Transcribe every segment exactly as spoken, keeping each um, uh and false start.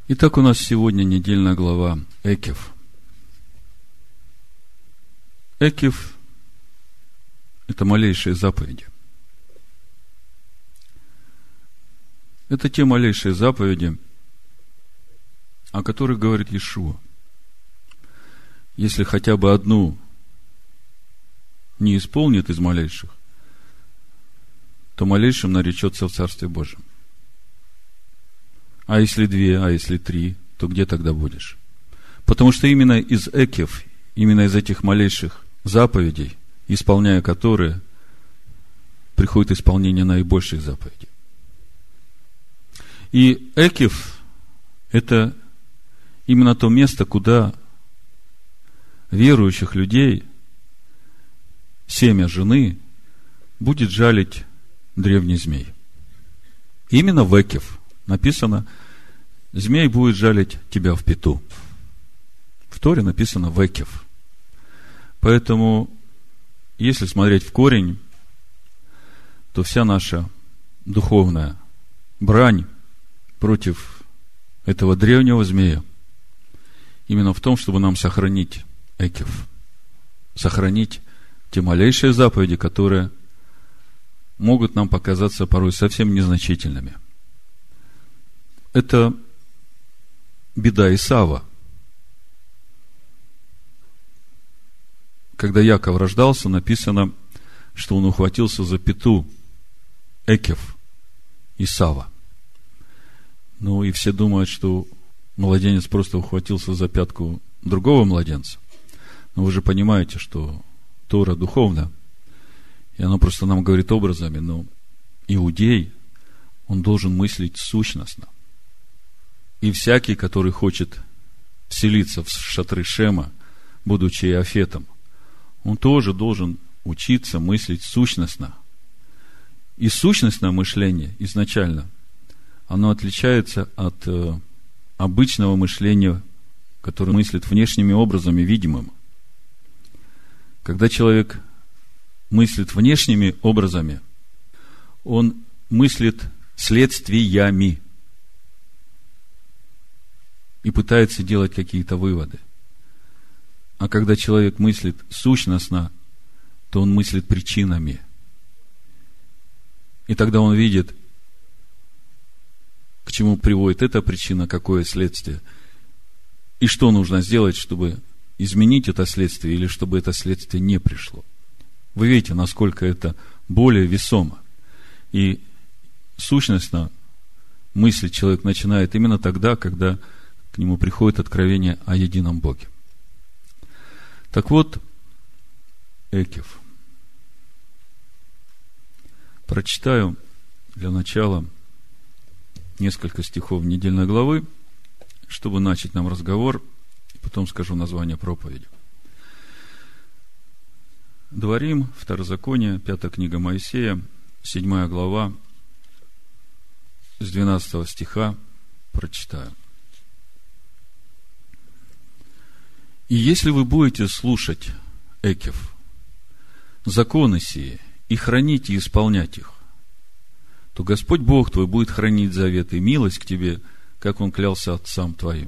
Итак, у нас сегодня недельная глава Экев. Экев – это малейшие заповеди. Это те малейшие заповеди, о которых говорит Иешуа. Если хотя бы одну не исполнит из малейших, то малейшим наречется в Царстве Божьем. А если две, а если три, то где тогда будешь? Потому что именно из Экев, именно из этих малейших заповедей, исполняя которые, приходит исполнение наибольших заповедей. И Экев – это именно то место, куда верующих людей, семя жены, будет жалить древний змей. Именно в Экев написано: змей будет жалить тебя в пяту. В Торе написано в Экев. Поэтому, если смотреть в корень, то вся наша духовная брань против этого древнего змея именно в том, чтобы нам сохранить Экев, сохранить те малейшие заповеди, которые могут нам показаться порой совсем незначительными. Это беда Исава. Когда Яков рождался, написано, что он ухватился за пяту Экев Исава. Ну и все думают, что младенец просто ухватился за пятку другого младенца. Но вы же понимаете, что Тора духовна, и она просто нам говорит образами, но иудей, он должен мыслить сущностно. И всякий, который хочет вселиться в шатры Шема, будучи Иофетом, он тоже должен учиться мыслить сущностно. И сущностное мышление изначально, оно отличается от э, обычного мышления, которое мыслит внешними образами, видимым. Когда человек мыслит внешними образами, он мыслит следствиями и пытается делать какие-то выводы. А когда человек мыслит сущностно, то он мыслит причинами. И тогда он видит, к чему приводит эта причина, какое следствие, и что нужно сделать, чтобы изменить это следствие, или чтобы это следствие не пришло. Вы видите, насколько это более весомо. И сущностно мыслить человек начинает именно тогда, когда к нему приходит откровение о едином Боге. Так вот, Экев. Прочитаю для начала несколько стихов недельной главы, чтобы начать нам разговор, и потом скажу название проповеди. Дворим, Второзаконие, пятая книга Моисея, седьмая глава, с двенадцатого стиха прочитаю. «И если вы будете слушать, Экев, законы сии, и хранить и исполнять их, то Господь Бог твой будет хранить завет и милость к тебе, как Он клялся отцам твоим.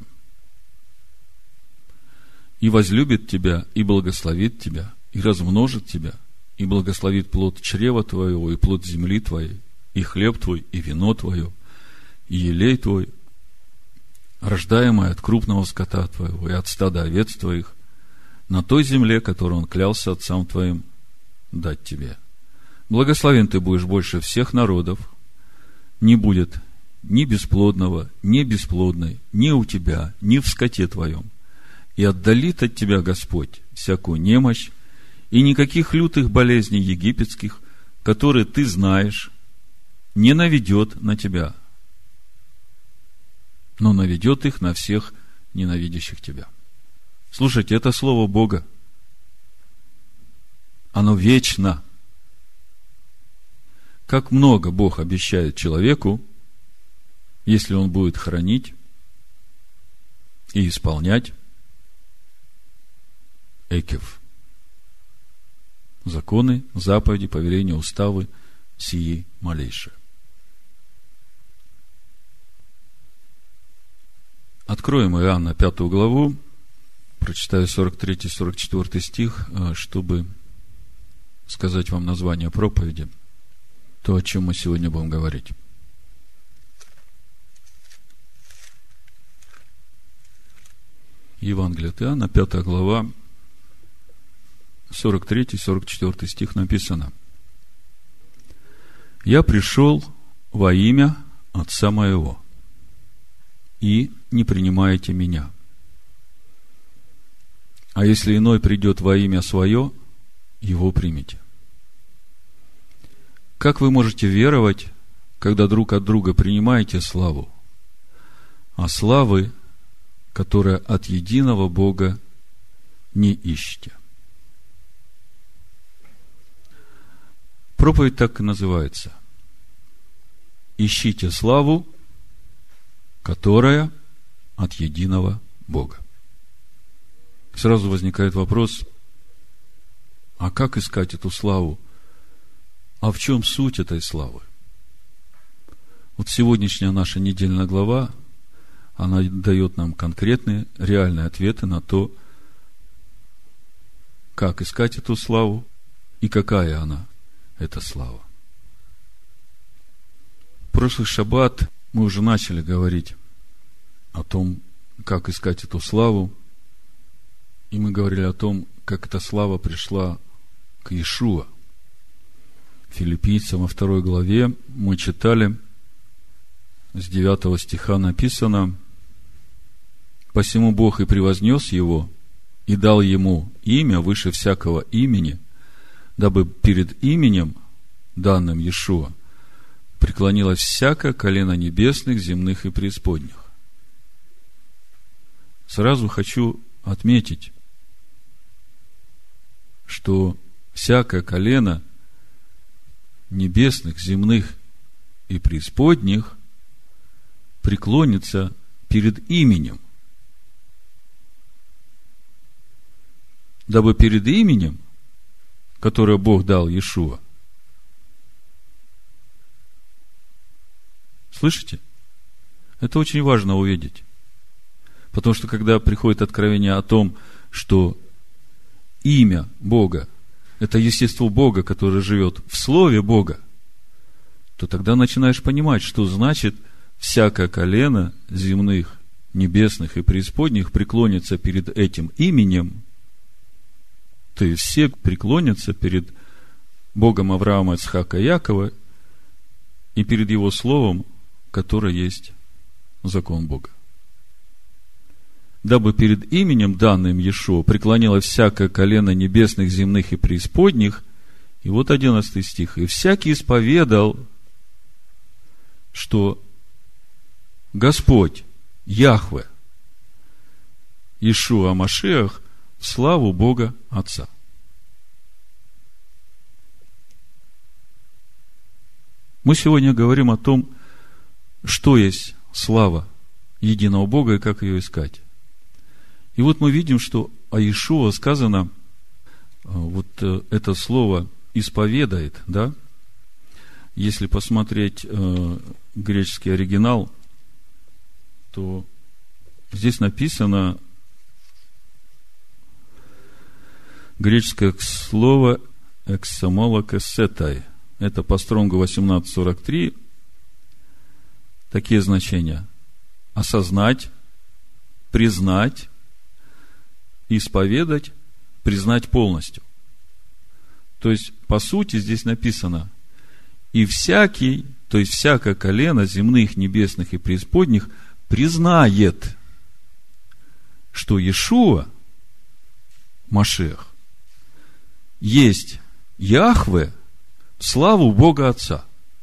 И возлюбит тебя, и благословит тебя, и размножит тебя, и благословит плод чрева твоего, и плод земли твоей, и хлеб твой, и вино твое, и елей твой, рождаемое от крупного скота твоего, и от стада овец твоих, на той земле, которую Он клялся отцам твоим дать тебе. Благословен ты будешь больше всех народов, не будет ни бесплодного, ни бесплодной, ни у тебя, ни в скоте твоем. И отдалит от тебя Господь всякую немощь, и никаких лютых болезней египетских, которые ты знаешь, не наведет на тебя, но наведет их на всех ненавидящих тебя». Слушайте, это слово Бога. Оно вечно. Как много Бог обещает человеку, если он будет хранить и исполнять Экев. Законы, заповеди, повеления, уставы, сии малейшие. Откроем Иоанна пятую главу, прочитаю сорок третий сорок четвёртый стих, чтобы сказать вам название проповеди, то, о чем мы сегодня будем говорить. Евангелие от Иоанна, пятая глава, сорок третий сорок четвёртый стих написано: «Я пришел во имя Отца моего, и не принимаете меня. А если иной придет во имя свое, его примите». Как вы можете веровать, когда друг от друга принимаете славу, а славы, которая от единого Бога, не ищете? Проповедь так и называется: «Ищите славу, которая от единого Бога». Сразу возникает вопрос: а как искать эту славу? А в чем суть этой славы? Вот сегодняшняя наша недельная глава, она дает нам конкретные, реальные ответы на то, как искать эту славу и какая она, эта слава. В прошлый шаббат мы уже начали говорить о том, как искать эту славу, и мы говорили о том, как эта слава пришла к Иешуа. Филиппийцам во второй главе мы читали, с девятого стиха написано: «Посему Бог и превознес его, и дал ему имя выше всякого имени, дабы перед именем, данным Иешуа, преклонилось всякое колено небесных, земных и преисподних». Сразу хочу отметить, что всякое колено небесных, земных и преисподних преклонится перед именем, дабы перед именем, которое Бог дал Иешуа. Слышите? Это очень важно увидеть. Потому что когда приходит откровение о том, что имя Бога – это естество Бога, которое живет в Слове Бога, то тогда начинаешь понимать, что значит всякое колено земных, небесных и преисподних преклонится перед этим именем. То есть все преклонятся перед Богом Авраама, Ицхака и Якова и перед Его Словом, которое есть закон Бога. Дабы перед именем, данным Иешуа, преклонилось всякое колено небесных, земных и преисподних. И вот одиннадцатый стих. «И всякий исповедал, что Господь, Яхве, Иешуа Машиах, в славу Бога Отца». Мы сегодня говорим о том, что есть слава единого Бога и как ее искать. И вот мы видим, что о Иешуа сказано, вот это слово «исповедает», да? Если посмотреть э, греческий оригинал, то здесь написано греческое слово «эксамолокесетай». Это по Стронгу восемнадцать сорок три. Такие значения: осознать, признать, исповедать, признать полностью. То есть, по сути, здесь написано: и всякий, то есть всякое колено земных, небесных и преисподних признает, что Иешуа, Машиах, есть Яхве в славу Бога Отца.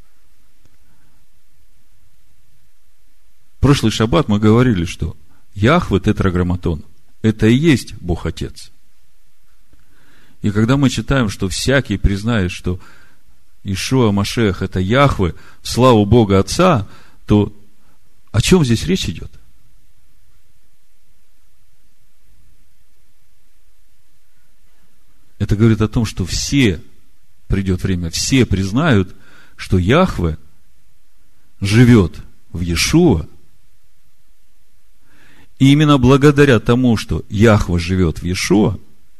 В прошлый шаббат мы говорили, что Яхве тетраграмматон – это и есть Бог Отец. И когда мы читаем, что всякий признает, что Иешуа Машиах – это Яхве в славу Бога Отца, то о чем здесь речь идет? Это говорит о том, что все, придет время, все признают, что Яхве живет в Иешуа, И именно благодаря тому, что Яхва живет в Иешуа,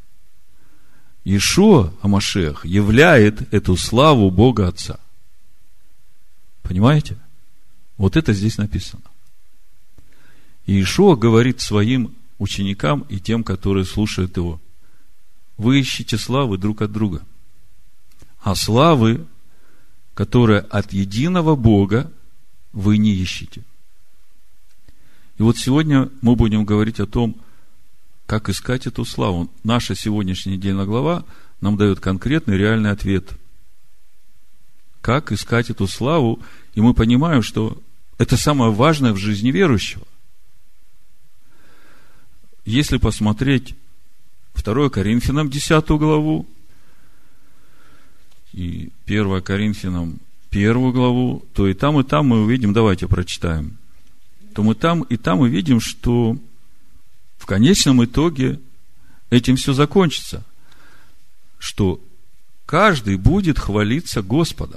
Иешуа, Амашех, являет эту славу Бога Отца. Понимаете? Вот это здесь написано. И Иешуа говорит своим ученикам и тем, которые слушают его: вы ищете славы друг от друга. А славы, которая от единого Бога, вы не ищете. И вот сегодня мы будем говорить о том, как искать эту славу. Наша сегодняшняя недельная глава нам дает конкретный, реальный ответ. Как искать эту славу? И мы понимаем, что это самое важное в жизни верующего. Если посмотреть второе Коринфянам десятую главу и первое Коринфянам первую главу, то и там, и там мы увидим, давайте прочитаем, то мы там и там увидим, что в конечном итоге этим все закончится, что каждый будет хвалиться Господом.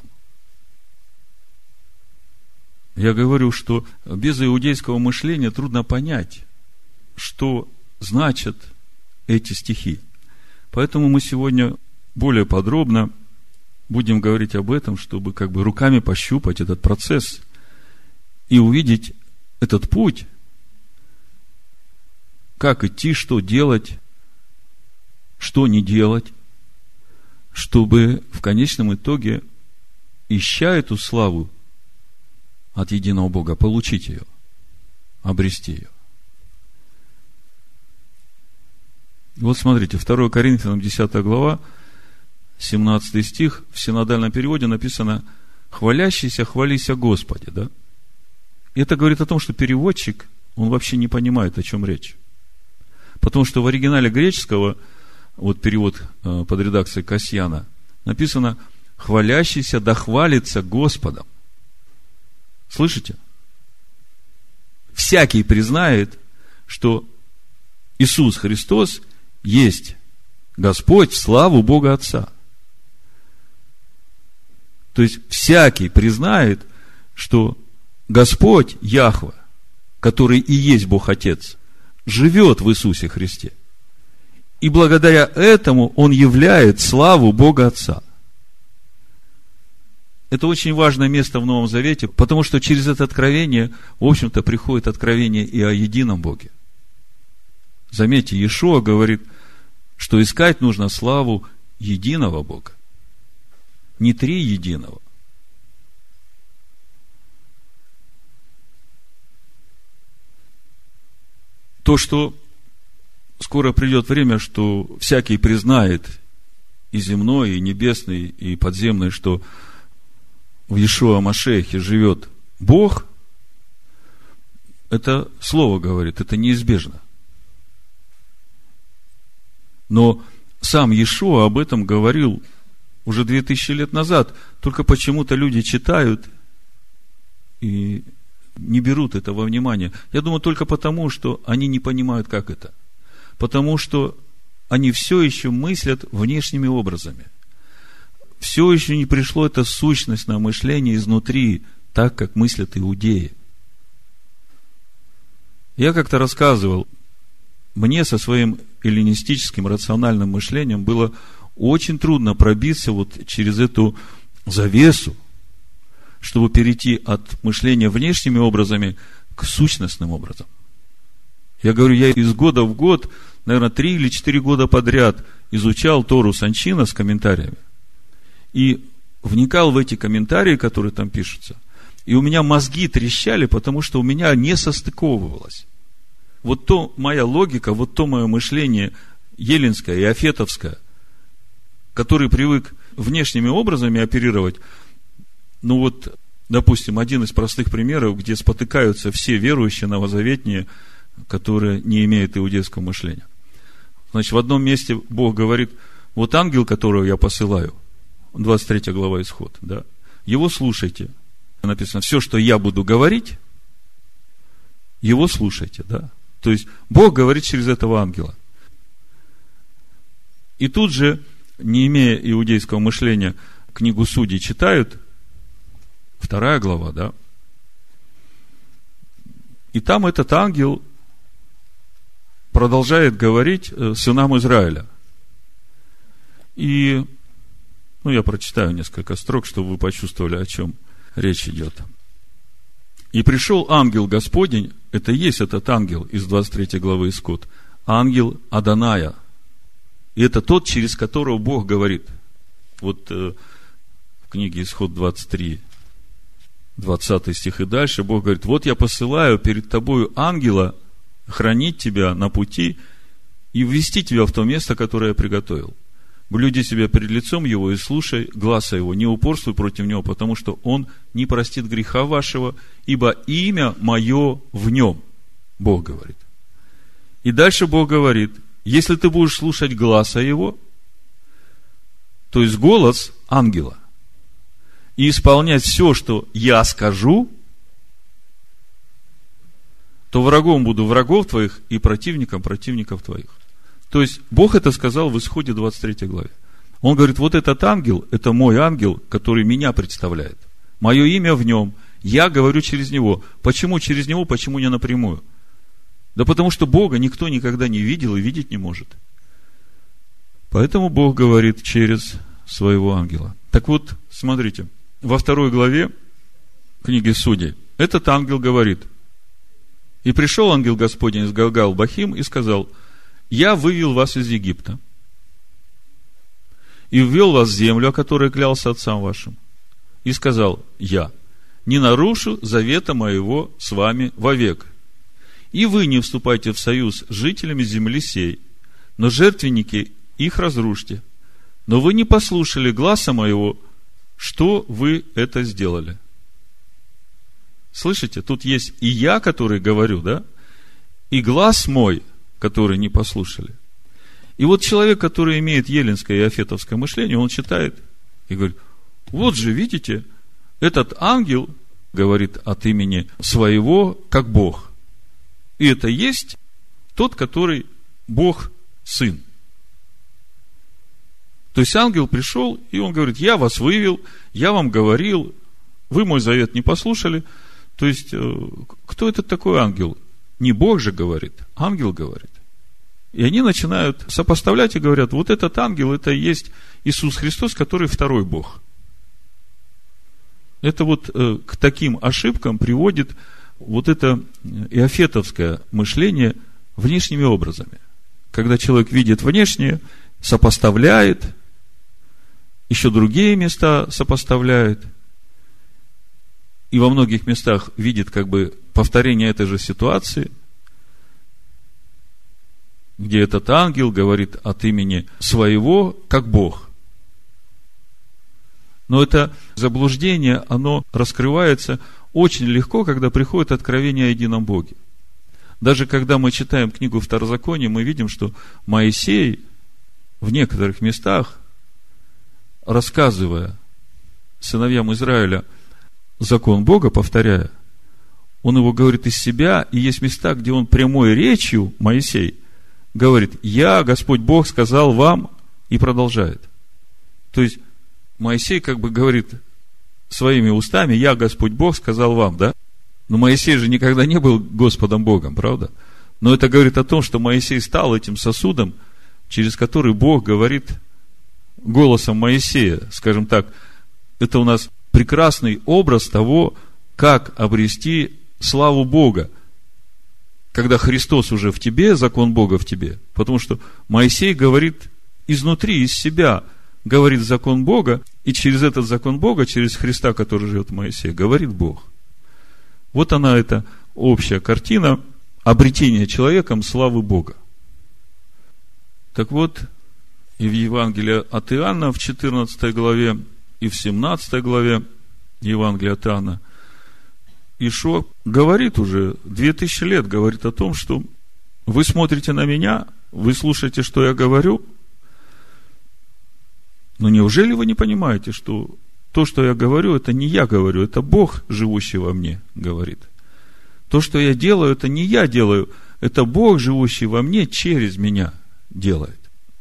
Я говорю, что без иудейского мышления трудно понять, что значат эти стихи. Поэтому мы сегодня более подробно будем говорить об этом, чтобы как бы руками пощупать этот процесс и увидеть этот путь, как идти, что делать, что не делать, чтобы в конечном итоге, ища эту славу от единого Бога, получить ее, обрести ее. Вот смотрите, второе Коринфянам десятая глава, семнадцатый стих, в синодальном переводе написано: «Хвалящийся, хвались о Господе». Да? И это говорит о том, что переводчик, он вообще не понимает, о чем речь. Потому что в оригинале греческого, вот перевод под редакцией Касьяна, написано: «Хвалящийся да хвалится Господом». Слышите? Всякий признает, что Иисус Христос есть Господь в славу Бога Отца. То есть, всякий признает, что Господь Яхва, который и есть Бог Отец, живет в Иисусе Христе. И благодаря этому Он являет славу Бога Отца. Это очень важное место в Новом Завете, потому что через это откровение, в общем-то, приходит откровение и о едином Боге. Заметьте, Иешуа говорит, что искать нужно славу единого Бога. Не триединого. То, что скоро придет время, что всякий признает, и земной, и небесный, и подземный, что в Иешуа Машехе живет Бог, это слово говорит, это неизбежно. Но сам Иешуа об этом говорил уже две тысячи лет назад, только почему-то люди читают и не берут это во внимание. Я думаю, только потому, что они не понимают, как это. Потому что они все еще мыслят внешними образами. Все еще не пришло это сущностное мышление изнутри, так, как мыслят иудеи. Я как-то рассказывал, мне со своим эллинистическим рациональным мышлением было очень трудно пробиться вот через эту завесу, чтобы перейти от мышления внешними образами к сущностным образом. Я говорю, я из года в год, наверное, три или четыре года подряд изучал Тору Санчина с комментариями и вникал в эти комментарии, которые там пишутся, и у меня мозги трещали, потому что у меня не состыковывалось. Вот то моя логика, вот то мое мышление еллинское и афетовское, который привык внешними образами оперировать. Ну вот, допустим, один из простых примеров, где спотыкаются все верующие новозаветные, которые не имеют иудейского мышления. Значит, в одном месте Бог говорит, вот ангел, которого я посылаю, двадцать третья глава Исход, да, его слушайте. Написано, все, что я буду говорить, его слушайте, да. То есть, Бог говорит через этого ангела. И тут же, не имея иудейского мышления, книгу Судей читают, вторая глава, да, и там этот ангел продолжает говорить сынам Израиля. И, ну, я прочитаю несколько строк, чтобы вы почувствовали, о чем речь идет. «И пришел ангел Господень», это и есть этот ангел из двадцать третьей главы Исход, ангел Адоная. И это тот, через которого Бог говорит. Вот э, в книге Исход двадцать три, двадцатый стих и дальше, Бог говорит: вот я посылаю перед тобою ангела хранить тебя на пути и ввести тебя в то место, которое я приготовил. Блюди себя перед лицом его и слушай гласа его, не упорствуй против него, потому что он не простит греха вашего, ибо имя мое в нем, Бог говорит. И дальше Бог говорит: если ты будешь слушать гласа его, то есть голос ангела, и исполнять все, что я скажу, то врагом буду врагов твоих и противником противников твоих. То есть, Бог это сказал в Исходе двадцать третьей главе. Он говорит: вот этот ангел, это мой ангел, который меня представляет. Мое имя в нем, я говорю через него. Почему через него, почему не напрямую? Да потому что Бога никто никогда не видел и видеть не может. Поэтому Бог говорит через своего ангела. Так вот, смотрите, во второй главе книги Судей этот ангел говорит: и пришел ангел Господень из Галгал-Бахим и сказал: я вывел вас из Египта и ввел вас в землю, о которой клялся отцам вашим. И сказал: я не нарушу завета моего с вами вовек. И вы не вступайте в союз с жителями земли сей, но жертвенники их разрушьте. Но вы не послушали гласа моего, что вы это сделали. Слышите, тут есть и я, который говорю, да, и глас мой, которые не послушали. И вот человек, который имеет еленское и афетовское мышление, он читает и говорит: вот же, видите, этот ангел говорит от имени своего, как Бог. И это есть тот, который Бог Сын. То есть ангел пришел, и он говорит: я вас вывел, я вам говорил, вы мой завет не послушали. То есть, кто этот такой ангел? Не Бог же говорит, ангел говорит. И они начинают сопоставлять и говорят: вот этот ангел, это и есть Иисус Христос, который второй Бог. Это вот э, к таким ошибкам приводит вот это иофетовское мышление внешними образами. Когда человек видит внешнее, сопоставляет, еще другие места сопоставляет, и во многих местах видит как бы повторение этой же ситуации, где этот ангел говорит от имени своего, как Бог. Но это заблуждение, оно раскрывается очень легко, когда приходит откровение о едином Боге. Даже когда мы читаем книгу Второзакония, мы видим, что Моисей в некоторых местах, рассказывая сыновьям Израиля закон Бога, повторяя, он его говорит из себя, и есть места, где он прямой речью, Моисей, говорит: я, Господь Бог, сказал вам, и продолжает. То есть, Моисей как бы говорит своими устами: я, Господь Бог, сказал вам, да? Но Моисей же никогда не был Господом Богом, правда? Но это говорит о том, что Моисей стал этим сосудом, через который Бог говорит голосом Моисея. Скажем так, это у нас прекрасный образ того, как обрести славу Бога, когда Христос уже в тебе, закон Бога в тебе. Потому что Моисей говорит изнутри, из себя, говорит закон Бога, и через этот закон Бога, через Христа, который живет в Моисее, говорит Бог. Вот она, эта общая картина обретения человеком славы Бога. Так вот, и в Евангелии от Иоанна в четырнадцатой главе, и в семнадцатой главе Евангелия от Иоанна Иешуа говорит уже, две тысячи лет говорит о том, что вы смотрите на меня, вы слушаете, что я говорю, но неужели вы не понимаете, что то, что я говорю, это не я говорю, это Бог, живущий во мне, говорит. То, что я делаю, это не я делаю, это Бог, живущий во мне, через меня делает.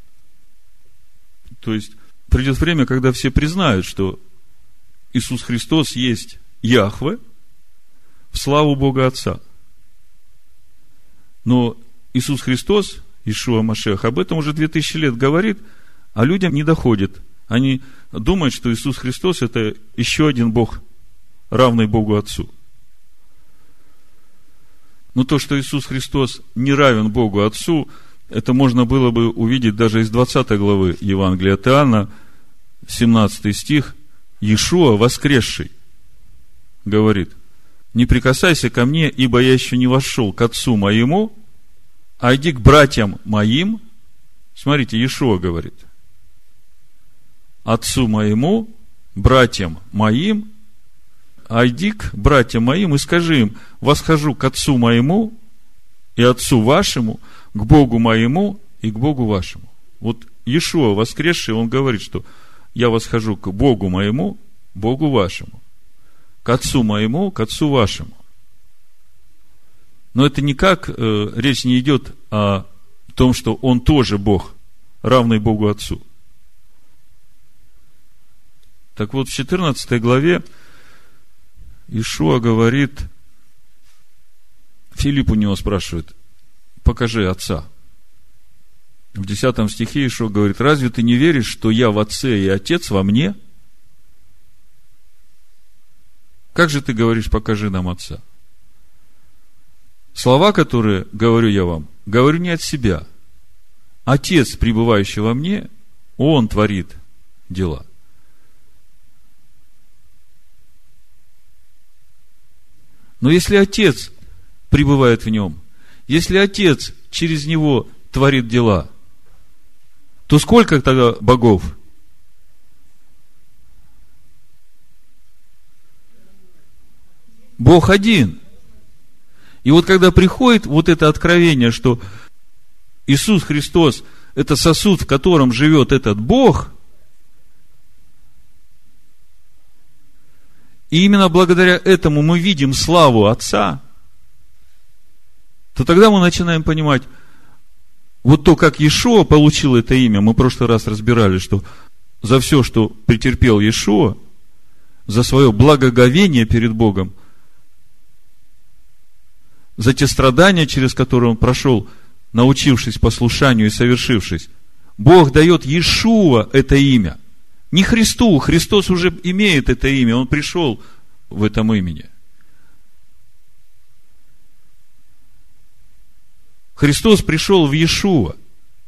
То есть, придет время, когда все признают, что Иисус Христос есть Яхве в славу Бога Отца. Но Иисус Христос, Иешуа Машиах, об этом уже две тысячи лет говорит, а людям не доходит. Они думают, что Иисус Христос – это еще один Бог, равный Богу Отцу. Но то, что Иисус Христос не равен Богу Отцу, это можно было бы увидеть даже из двадцатой главы Евангелия от Иоанна, семнадцатый стих. Иешуа, воскресший, говорит: «Не прикасайся ко мне, ибо я еще не вошел к Отцу моему, а иди к братьям моим». Смотрите, Иешуа говорит: «Отцу моему, братьям моим, а иди к братьям моим и скажи им: восхожу к Отцу моему и Отцу вашему, к Богу моему и к Богу вашему». Вот Иешуа, воскресший, он говорит, что я восхожу к Богу моему, Богу вашему, к Отцу моему, к Отцу вашему. Но это никак э, речь не идет о том, что он тоже Бог, равный Богу Отцу. Так вот, в четырнадцатой главе Иешуа говорит, Филипп у него спрашивает: покажи Отца. В десятом стихе Иешуа говорит: разве ты не веришь, что я в Отце и Отец во мне? Как же ты говоришь: покажи нам Отца? Слова, которые говорю я вам, говорю не от себя. Отец, пребывающий во мне, Он творит дела. Но если Отец пребывает в нем, если Отец через него творит дела, то сколько тогда богов? Бог один. И вот когда приходит вот это откровение, что Иисус Христос – это сосуд, в котором живет этот Бог, и именно благодаря этому мы видим славу Отца, то тогда мы начинаем понимать, вот то, как Иешуа получил это имя, мы в прошлый раз разбирали, что за все, что претерпел Иешуа, за свое благоговение перед Богом, за те страдания, через которые он прошел, научившись послушанию и совершившись, Бог дает Иешуа это имя. Не Христу, Христос уже имеет это имя, Он пришел в этом имени. Христос пришел в Иешуа.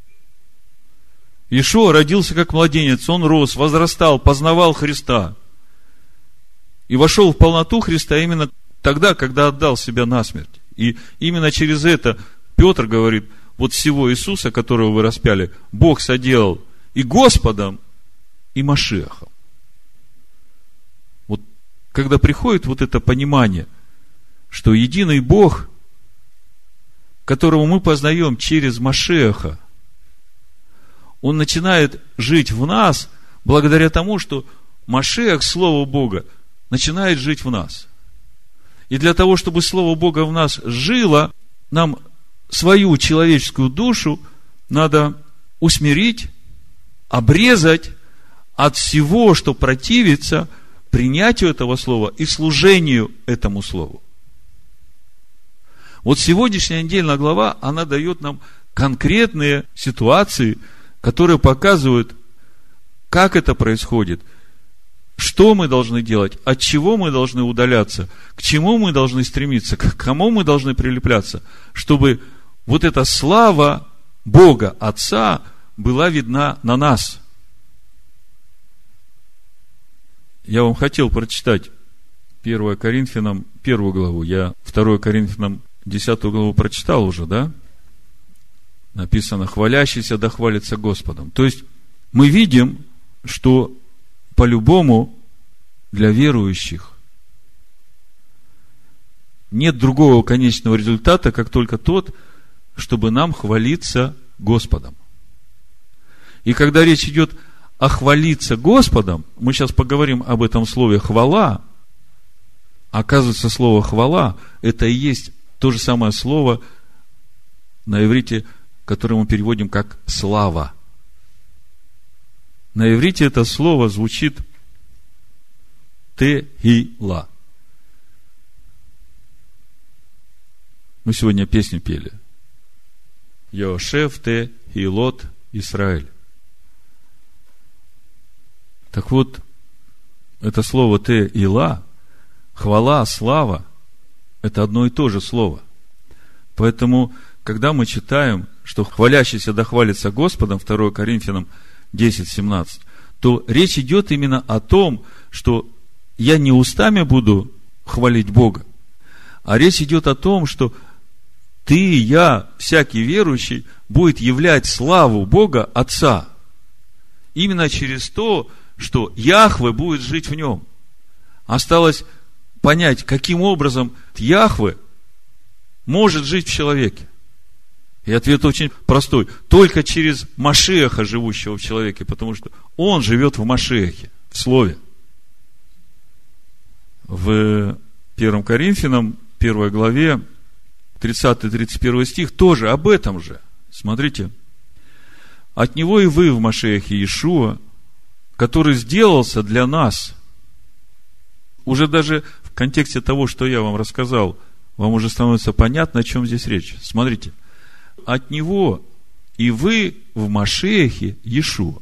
Иешуа родился как младенец, он рос, возрастал, познавал Христа. И вошел в полноту Христа именно тогда, когда отдал себя на смерть. И именно через это Петр говорит: вот всего Иисуса, которого вы распяли, Бог соделал и Господом, и Машиахом. Вот когда приходит вот это понимание, что единый Бог, которого мы познаем через Машиаха, Он начинает жить в нас благодаря тому, что Машиах, Слово Бога, начинает жить в нас. И для того, чтобы Слово Бога в нас жило, нам свою человеческую душу надо усмирить, обрезать от всего, что противится принятию этого Слова и служению этому Слову. Вот сегодняшняя недельная глава, она дает нам конкретные ситуации, которые показывают, как это происходит, что мы должны делать, от чего мы должны удаляться, к чему мы должны стремиться, к кому мы должны прилепляться, чтобы вот эта слава Бога Отца была видна на нас. Я вам хотел прочитать первое Коринфянам, первую главу. Я второе Коринфянам, десятую главу прочитал уже, да? Написано: хвалящийся да хвалится Господом. То есть, мы видим, что по-любому для верующих нет другого конечного результата, как только тот, чтобы нам хвалиться Господом. И когда речь идет о хвалиться Господом, мы сейчас поговорим об этом слове хвала. Оказывается, слово хвала – это и есть то же самое слово на иврите, которое мы переводим как слава. На иврите это слово звучит Tehila. Мы сегодня песню пели. Йошев те Илот Исраэль. Так вот, это слово те Ила, хвала, слава, это одно и то же слово. Поэтому, когда мы читаем, что хвалящийся да хвалится Господом, второе Коринфянам десять семнадцать, то речь идет именно о том, что я не устами буду хвалить Бога, а речь идет о том, что ты, я, всякий верующий будет являть славу Бога Отца именно через то, что Яхве будет жить в нем. Осталось понять, каким образом Яхве может жить в человеке. И ответ очень простой. Только через Машиаха, живущего в человеке, потому что он живет в Машиахе, в Слове. В первом Коринфянам, первой главе, тридцатый тридцать первый стих, тоже об этом же. Смотрите. От него и вы в Машиахе Иешуа, который сделался для нас. Уже даже в контексте того, что я вам рассказал, вам уже становится понятно, о чем здесь речь. Смотрите. От него и вы в Машиахе Иешуа.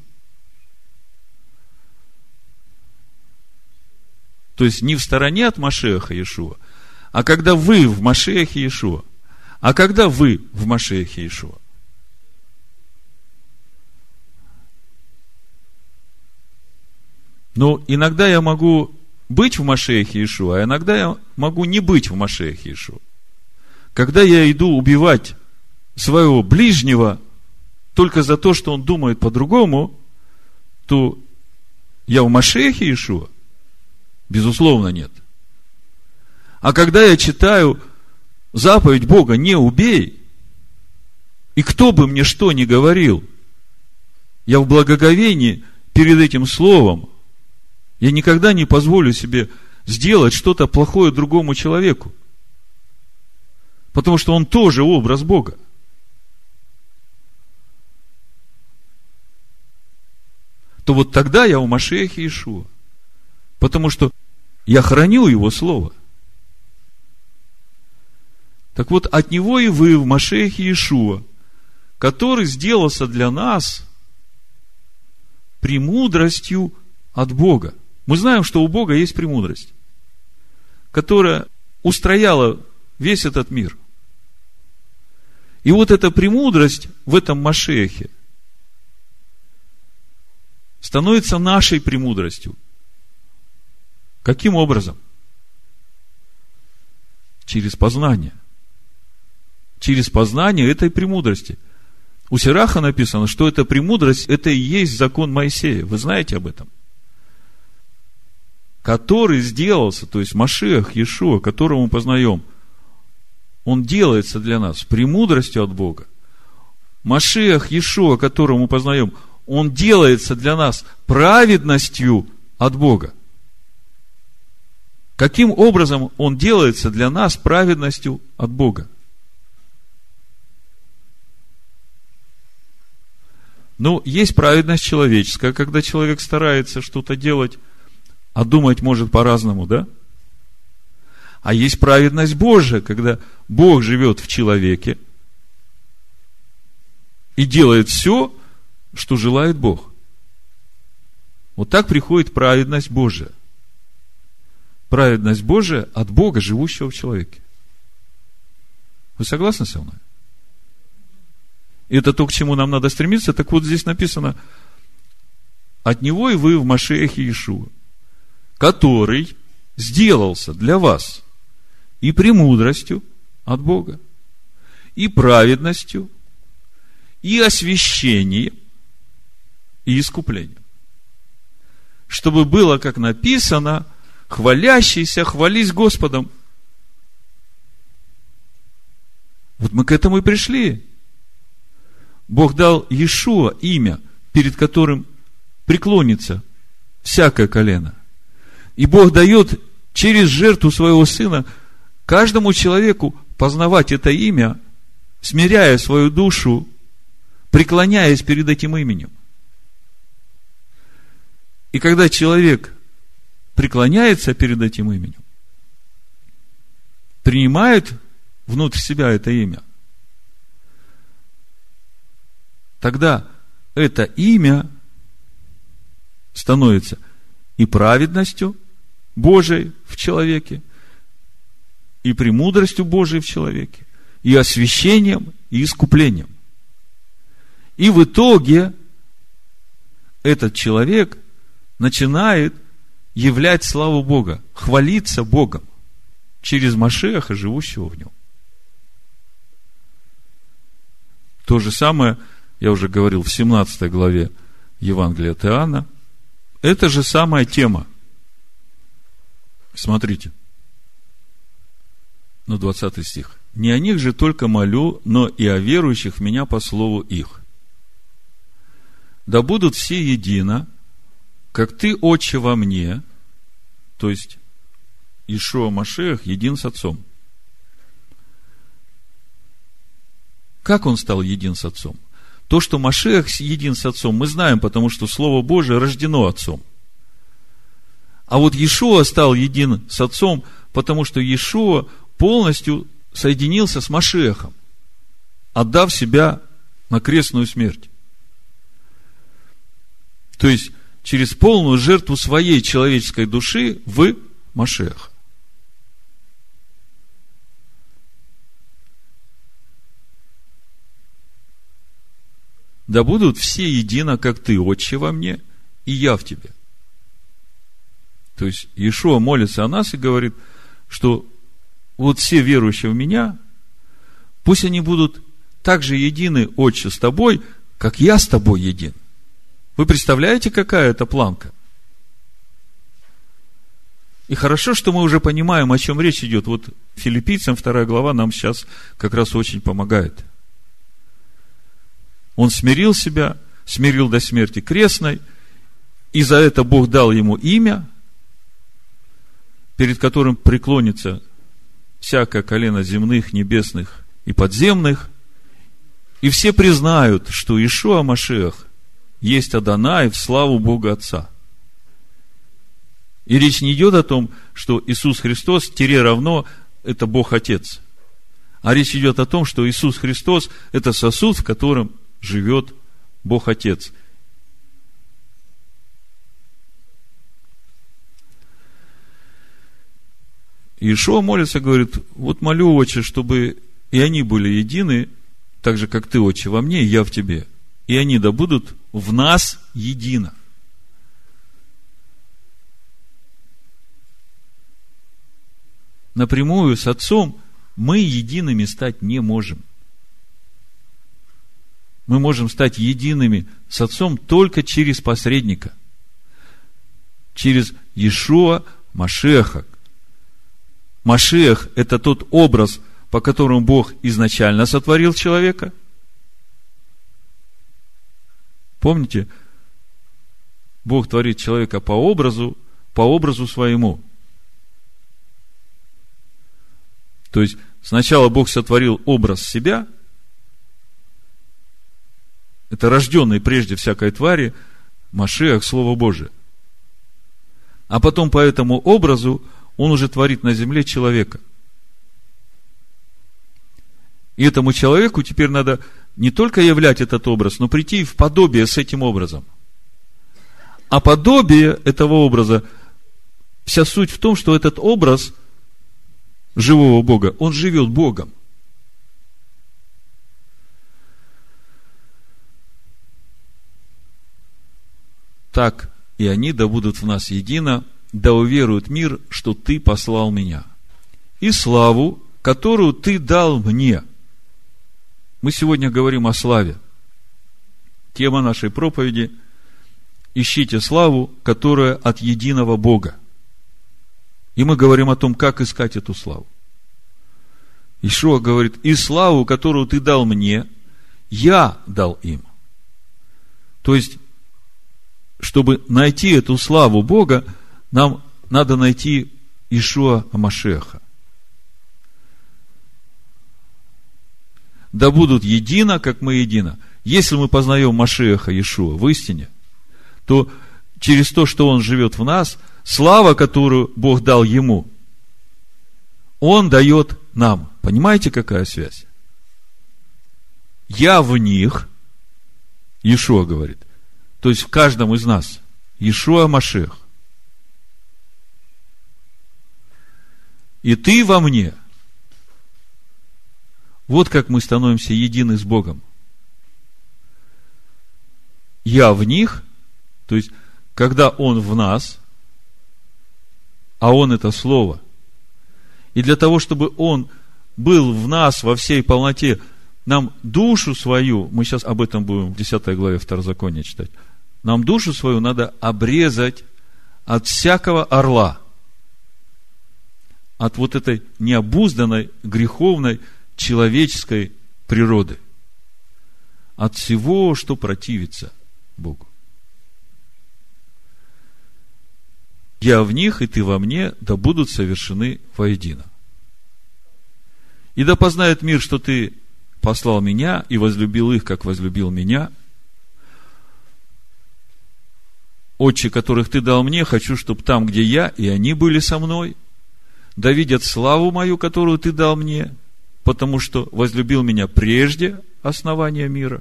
То есть не в стороне от Машиаха Иешуа, а когда вы в Машиахе Иешуа. А когда вы в Машиахе Иешуа? Но иногда я могу быть в Машиахе Иешуа, а иногда я могу не быть в Машиахе Иешуа. Когда я иду убивать своего ближнего только за то, что он думает по-другому, то я в Машиахе Иешуа? Безусловно, нет. А когда я читаю заповедь Бога «не убей», и кто бы мне что ни говорил, я в благоговении перед этим словом, я никогда не позволю себе сделать что-то плохое другому человеку. Потому что он тоже образ Бога. То вот тогда я у Машиахе Иешуа. Потому что я храню Его Слово. Так вот, от Него и вы в Машиахе Иешуа, который сделался для нас премудростью от Бога. Мы знаем, что у Бога есть премудрость, которая устрояла весь этот мир. И вот эта премудрость в этом Машиахе становится нашей премудростью. Каким образом? Через познание. Через познание этой премудрости. У Сираха написано, что эта премудрость, это и есть закон Моисея. Вы знаете об этом? Который сделался, то есть Машиах Иешуа, которого мы познаем, он делается для нас премудростью от Бога. Машиах Иешуа, которого мы познаем, он делается для нас праведностью от Бога. Каким образом он делается для нас праведностью от Бога? Ну, есть праведность человеческая, когда человек старается что-то делать, а думать может по-разному, да? А есть праведность Божия, когда Бог живет в человеке и делает все, что желает Бог. Вот так приходит праведность Божия. Праведность Божия от Бога, живущего в человеке. Вы согласны со мной? И это то, к чему нам надо стремиться. Так вот здесь написано: от Него и вы в Машиахе Иешуа, который сделался для вас и премудростью от Бога, и праведностью, и освящением, и искуплением. Чтобы было, как написано, хвалящийся, хвались Господом. Вот мы к этому и пришли. Бог дал Иешуа имя, перед которым преклонится всякое колено. И Бог дает через жертву своего Сына каждому человеку познавать это имя, смиряя свою душу, преклоняясь перед этим именем. И когда человек преклоняется перед этим именем, принимает внутрь себя это имя, тогда это имя становится и праведностью Божией в человеке, и премудростью Божией в человеке, и освящением, и искуплением. И в итоге этот человек начинает являть славу Бога, хвалиться Богом через Машиаха, живущего в нем. То же самое, я уже говорил, в семнадцатой главе Евангелия от Иоанна. Это же самая тема. Смотрите. Ну, двадцатый стих. «Не о них же только молю, но и о верующих в меня по слову их. Да будут все едино, как ты, Отче, во мне». То есть, Иешуа Машиах един с Отцом. Как он стал един с Отцом? То, что Машиах един с Отцом, мы знаем, потому что Слово Божие рождено Отцом. А вот Иешуа стал един с Отцом, потому что Иешуа полностью соединился с Машиахом, отдав себя на крестную смерть. То есть, через полную жертву своей человеческой души в Машиаха. Да будут все едино, как ты, Отче, во мне, и я в тебе. То есть, Иешуа молится о нас и говорит, что вот все верующие в меня, пусть они будут так же едины, Отче, с тобой, как я с тобой един. Вы представляете, какая это планка? И хорошо, что мы уже понимаем, о чем речь идет. Вот Филиппийцам вторая глава нам сейчас как раз очень помогает. Он смирил себя, смирил до смерти крестной, и за это Бог дал ему имя, перед которым преклонится всякое колено земных, небесных и подземных, и все признают, что Иешуа Машиах есть Адонай в славу Бога Отца. И речь не идет о том, что Иисус Христос тире равно это Бог Отец, а речь идет о том, что Иисус Христос это сосуд, в котором живет Бог Отец. Иешуа молится, говорит, вот молю, Отче, чтобы и они были едины, так же, как ты, Отче, во мне, и я в тебе. И они да будут в нас едино. Напрямую с Отцом мы едиными стать не можем. Мы можем стать едиными с Отцом только через посредника. Через Иешуа Машиаха. Машиах – это тот образ, по которому Бог изначально сотворил человека. Помните, Бог творит человека по образу, по образу своему. То есть, сначала Бог сотворил образ себя, это рожденный прежде всякой твари, Машиах, Слово Божие. А потом по этому образу Он уже творит на земле человека. И этому человеку теперь надо не только являть этот образ, но прийти в подобие с этим образом. А подобие этого образа, вся суть в том, что этот образ живого Бога, он живет Богом. Так и они да будут в нас едино, да уверует мир, что ты послал меня. И славу, которую ты дал мне. Мы сегодня говорим о славе. Тема нашей проповеди – ищите славу, которая от единого Бога. И мы говорим о том, как искать эту славу. Иешуа говорит, и славу, которую ты дал мне, я дал им. То есть, чтобы найти эту славу Бога, нам надо найти Иешуа Машиаха. Да будут едино, как мы едино. Если мы познаем Машиаха Иешуа в истине, то через то, что Он живет в нас, слава, которую Бог дал Ему, Он дает нам. Понимаете, какая связь? Я в них, Иешуа говорит. То есть в каждом из нас. Иешуа Машиах. И ты во мне. Вот как мы становимся едины с Богом. Я в них, то есть, когда Он в нас, а Он это Слово. И для того, чтобы Он был в нас во всей полноте, нам душу свою, мы сейчас об этом будем в десятой главе Второзакония читать, нам душу свою надо обрезать от всякого орла, от вот этой необузданной, греховной, человеческой природы, от всего, что противится Богу. Я в них, и ты во мне, да будут совершены воедино. И да познает мир, что ты послал меня и возлюбил их, как возлюбил меня. Отче, которых ты дал мне, хочу, чтобы там, где я, и они были со мной, да видят славу мою, которую ты дал мне, потому что возлюбил меня прежде основания мира.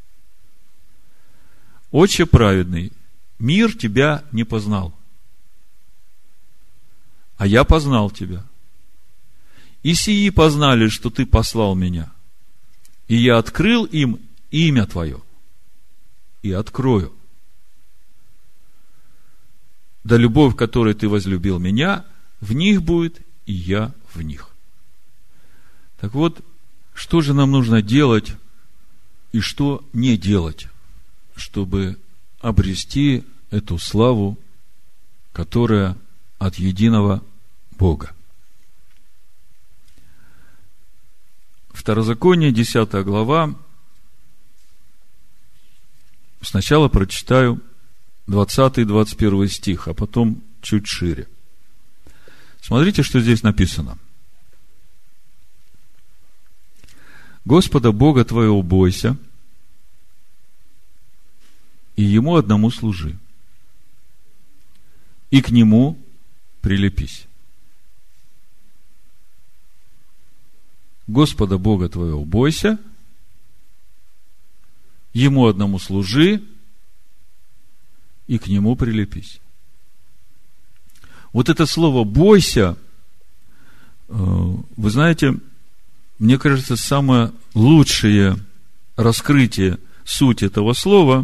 Отче праведный, мир тебя не познал, а я познал тебя. И сии познали, что ты послал меня, и я открыл им имя твое, и открою. Да любовь, которой ты возлюбил меня, в них будет, и я в них. Так вот, что же нам нужно делать и что не делать, чтобы обрести эту славу, которая от единого Бога? Второзаконие, десятая глава. Сначала прочитаю двадцатый и двадцать первый стих, а потом чуть шире. Смотрите, что здесь написано. Господа Бога твоего бойся, и Ему одному служи, и к Нему прилепись. Господа Бога твоего бойся, Ему одному служи, и к Нему прилепись. Вот это слово «бойся», вы знаете, мне кажется, самое лучшее раскрытие сути этого слова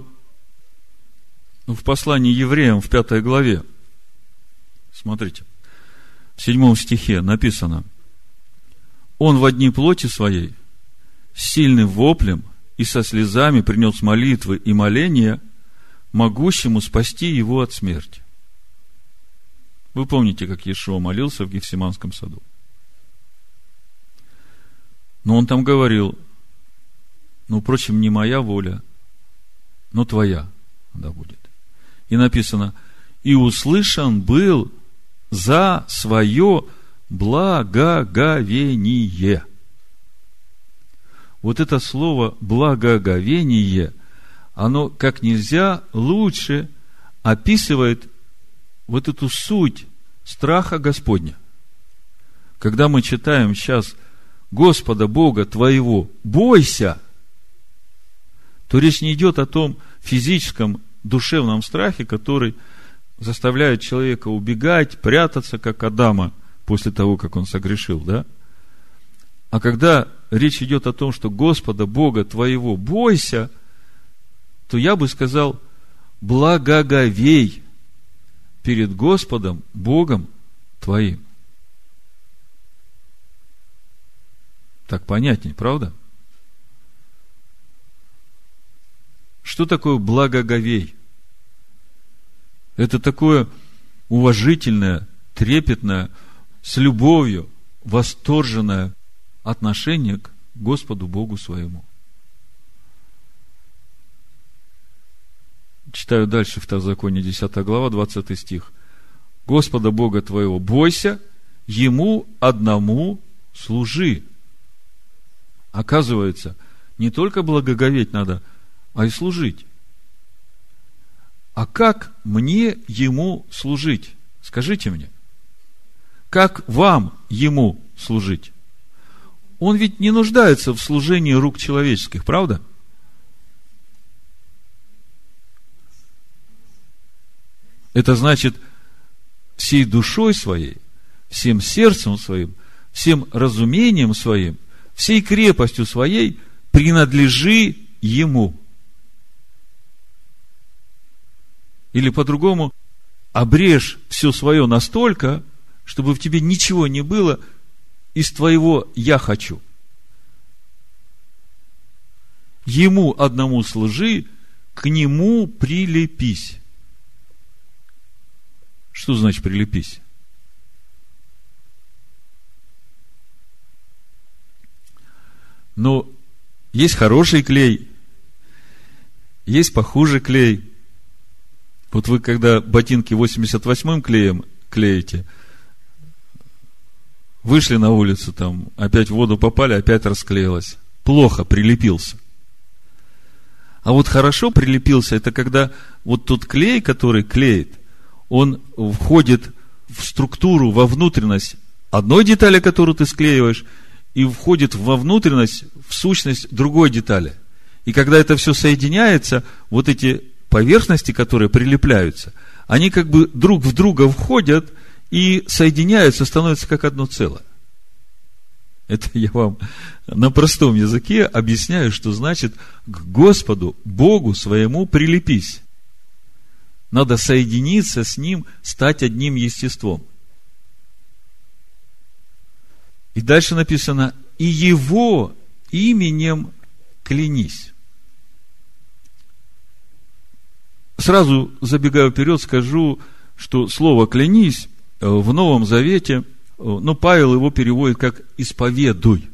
в послании евреям в пятой главе. Смотрите, в седьмом стихе написано: Он во дни плоти своей с сильным воплем и со слезами принес молитвы и моления могущему спасти его от смерти. Вы помните, как Иешуа молился в Гефсиманском саду? Но он там говорил: ну, впрочем, не моя воля, но твоя да будет. И написано: и услышан был за свое благоговение. Вот это слово благоговение, оно как нельзя лучше описывает вот эту суть страха Господня. Когда мы читаем сейчас Господа Бога твоего бойся, то речь не идет о том физическом, душевном страхе, который заставляет человека убегать, прятаться, как Адама после того, как он согрешил, да? А когда речь идет о том, что Господа Бога твоего бойся, то я бы сказал: благоговей перед Господом Богом твоим. Так понятней, правда? Что такое благоговей? Это такое уважительное, трепетное, с любовью, восторженное отношение к Господу Богу своему. Читаю дальше Второзаконие, десятая глава, двадцатый стих. Господа Бога твоего бойся, Ему одному служи. Оказывается, не только благоговеть надо, а и служить. А как мне Ему служить? Скажите мне. Как вам Ему служить? Он ведь не нуждается в служении рук человеческих, правда? Это значит, всей душой своей, всем сердцем своим, всем разумением своим, всей крепостью своей принадлежи Ему. Или по-другому, обрежь все свое настолько, чтобы в тебе ничего не было из твоего «я хочу». Ему одному служи, к Нему прилепись. Что значит прилепись? Но есть хороший клей, есть похуже клей. Вот вы, когда ботинки восемьдесят восьмым клеем клеите, вышли на улицу, там, опять в воду попали, опять расклеилось. Плохо прилепился. А вот хорошо прилепился, это когда вот тот клей, который клеит, он входит в структуру, во внутренность одной детали, которую ты склеиваешь, и входит во внутренность, в сущность другой детали. И когда это все соединяется, вот эти поверхности, которые прилепляются, они как бы друг в друга входят и соединяются, становятся как одно целое. Это я вам на простом языке объясняю, что значит к Господу, Богу своему прилепись. Надо соединиться с Ним, стать одним естеством. И дальше написано, и Его именем клянись. Сразу забегая вперед, скажу, что слово «клянись» в Новом Завете, ну, Павел его переводит как «исповедуй».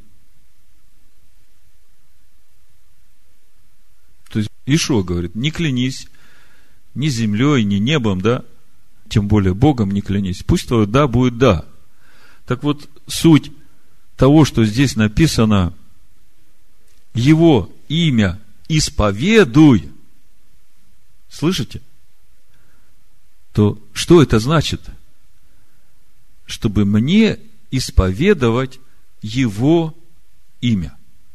То есть, Иешуа говорит, не клянись ни землей, ни небом, да, тем более Богом не клянись. Пусть твое «да» будет «да». Так вот, суть того, что здесь написано, Его имя исповедуй, слышите? То что это значит? Чтобы мне исповедовать Его имя.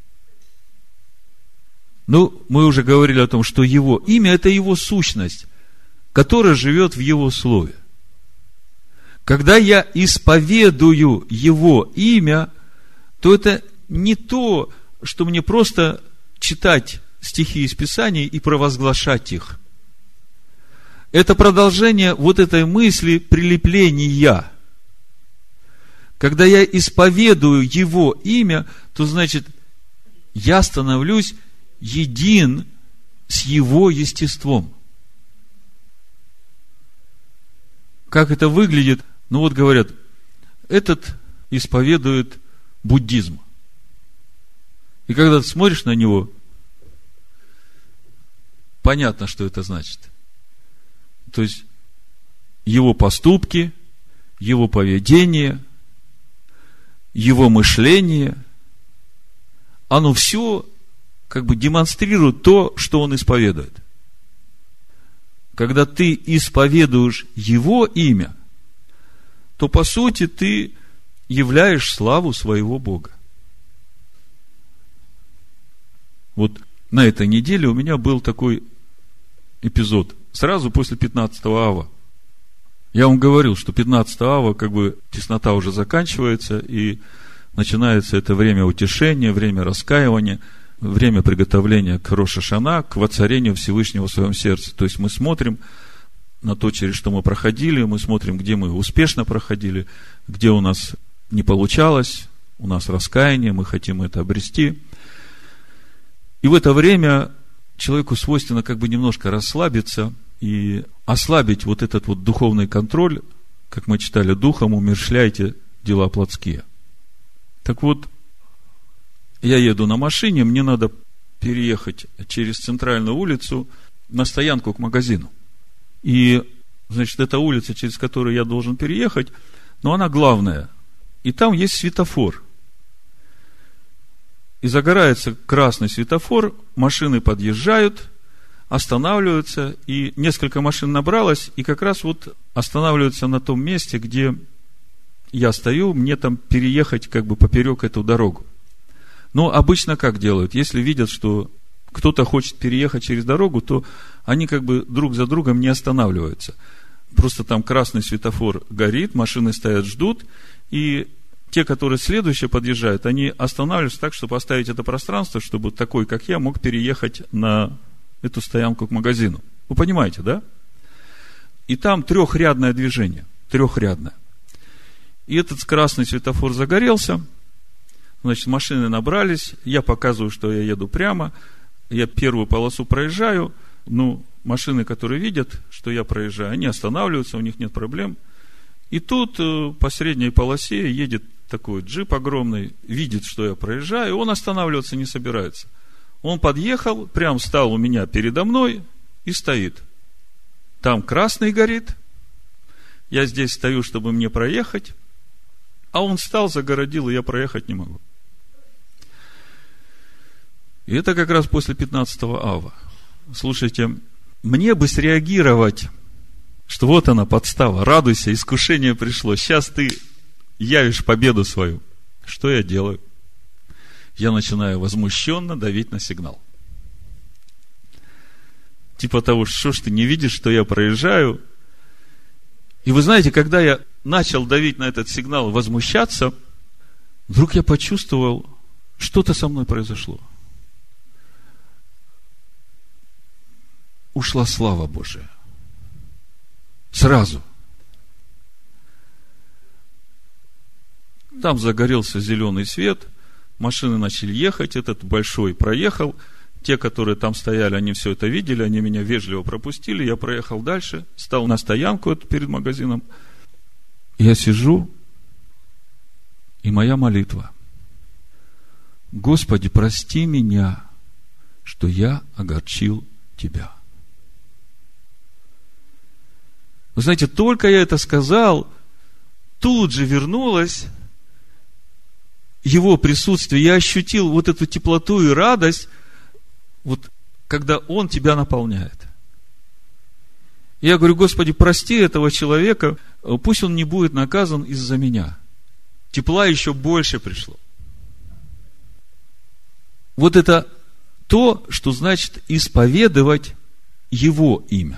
Ну, мы уже говорили о том, что Его имя – это Его сущность, которая живет в Его Слове. Когда я исповедую Его имя, то это не то, что мне просто читать стихи из Писаний и провозглашать их. Это продолжение вот этой мысли прилепления. Когда я исповедую Его имя, то значит, я становлюсь един с Его естеством. Как это выглядит? Ну вот говорят, этот исповедует буддизм. И когда ты смотришь на него, понятно, что это значит. То есть, его поступки, его поведение, его мышление, оно все как бы демонстрирует то, что он исповедует. Когда ты исповедуешь Его имя, то, по сути, ты являешь славу своего Бога. Вот на этой неделе у меня был такой эпизод, сразу после пятнадцатого ава. Я вам говорил, что пятнадцатого ава, как бы, теснота уже заканчивается, и начинается это время утешения, время раскаивания, время приготовления к Рош ха-Шана, к воцарению Всевышнего в своем сердце. То есть мы смотрим на то, через что мы проходили, мы смотрим, где мы успешно проходили, где у нас не получалось, у нас раскаяние, мы хотим это обрести. И в это время человеку свойственно как бы немножко расслабиться и ослабить вот этот вот духовный контроль, как мы читали, духом умерщвляйте дела плотские. Так вот, я еду на машине, мне надо переехать через центральную улицу на стоянку к магазину. И, значит, эта улица, через которую я должен переехать, но она главная. И там есть светофор. И загорается красный светофор, машины подъезжают, останавливаются, и несколько машин набралось, и как раз вот останавливаются на том месте, где я стою, мне там переехать как бы поперек эту дорогу. Но обычно как делают? Если видят, что кто-то хочет переехать через дорогу, то они как бы друг за другом не останавливаются. Просто там красный светофор горит, машины стоят, ждут, и те, которые следующие подъезжают, они останавливаются так, чтобы оставить это пространство, чтобы такой, как я, мог переехать на эту стоянку к магазину. Вы понимаете, да? И там трехрядное движение, трехрядное. И этот красный светофор загорелся, значит, машины набрались, я показываю, что я еду прямо, я первую полосу проезжаю, ну, машины, которые видят, что я проезжаю, они останавливаются, у них нет проблем. И тут по средней полосе едет такой джип огромный, видит, что я проезжаю, он останавливаться не собирается. Он подъехал, прям встал у меня передо мной и стоит. Там красный горит, я здесь стою, чтобы мне проехать, а он встал, загородил, и я проехать не могу. И это как раз после пятнадцатого ава. Слушайте, мне бы среагировать, что вот она подстава, радуйся, искушение пришло, сейчас ты явишь победу свою. Что я делаю? Я начинаю возмущенно давить на сигнал. Типа того, что ж ты не видишь, что я проезжаю? И вы знаете, когда я начал давить на этот сигнал, возмущаться, вдруг я почувствовал, что-то со мной произошло. Ушла слава Божия. Сразу. Там загорелся зеленый свет, машины начали ехать, этот большой проехал. Те, которые там стояли, они все это видели, они меня вежливо пропустили, я проехал дальше, стал на стоянку эту перед магазином. Я сижу, и моя молитва: Господи, прости меня, что я огорчил Тебя. Вы знаете, только я это сказал, тут же вернулось Его присутствие. Я ощутил вот эту теплоту и радость, вот когда Он тебя наполняет. Я говорю: Господи, прости этого человека, пусть он не будет наказан из-за меня. Тепла еще больше пришло. Вот это то, что значит исповедовать Его имя.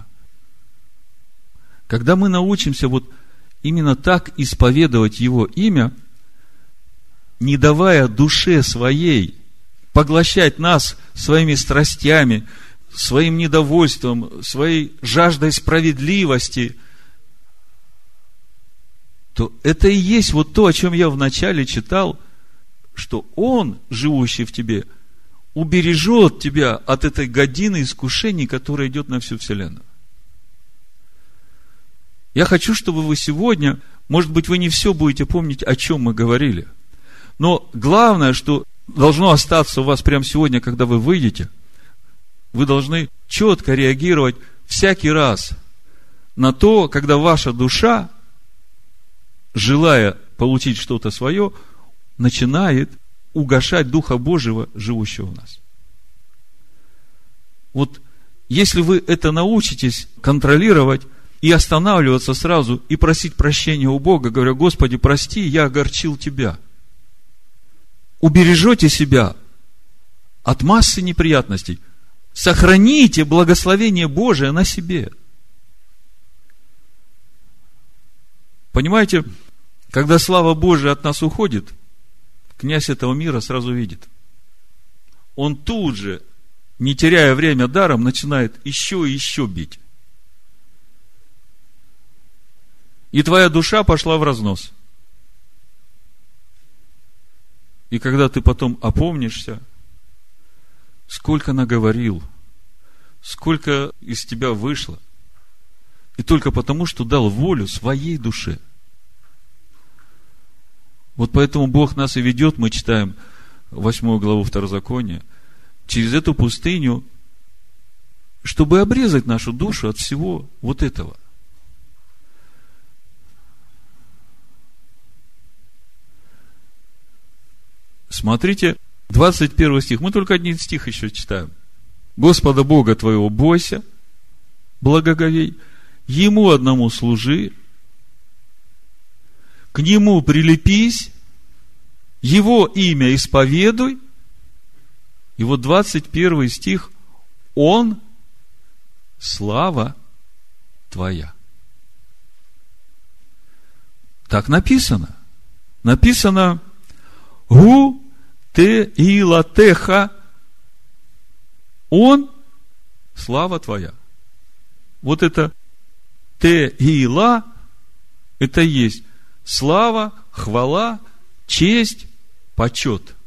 Когда мы научимся вот именно так исповедовать Его имя, не давая душе своей поглощать нас своими страстями, своим недовольством, своей жаждой справедливости, то это и есть вот то, о чем я вначале читал, что Он, живущий в тебе, убережет тебя от этой годины искушений, которая идет на всю вселенную. Я хочу, чтобы вы сегодня, может быть, вы не все будете помнить, о чем мы говорили, но главное, что должно остаться у вас прямо сегодня, когда вы выйдете, вы должны четко реагировать всякий раз на то, когда ваша душа, желая получить что-то свое, начинает угашать Духа Божьего, живущего в нас. Вот если вы это научитесь контролировать и останавливаться сразу и просить прощения у Бога, говоря: Господи, прости, я огорчил Тебя, убережете себя от массы неприятностей, сохраните благословение Божие на себе. Понимаете, когда слава Божия от нас уходит, князь этого мира сразу видит. Он тут же, не теряя время даром, начинает еще и еще бить. И твоя душа пошла в разнос. И когда ты потом опомнишься, сколько наговорил, сколько из тебя вышло, и только потому, что дал волю своей душе. Вот поэтому Бог нас и ведет, мы читаем восьмую главу Второзакония, через эту пустыню, чтобы обрезать нашу душу от всего вот этого. Смотрите, двадцать первый стих. Мы только один стих еще читаем. Господа Бога твоего бойся, благоговей, Ему одному служи, к Нему прилепись, Его имя исповедуй. И вот двадцать первый стих. Он слава твоя. Так написано. Написано «Гу те илатеха», Он – слава твоя. Вот это те ила – это есть слава, хвала, честь, почет.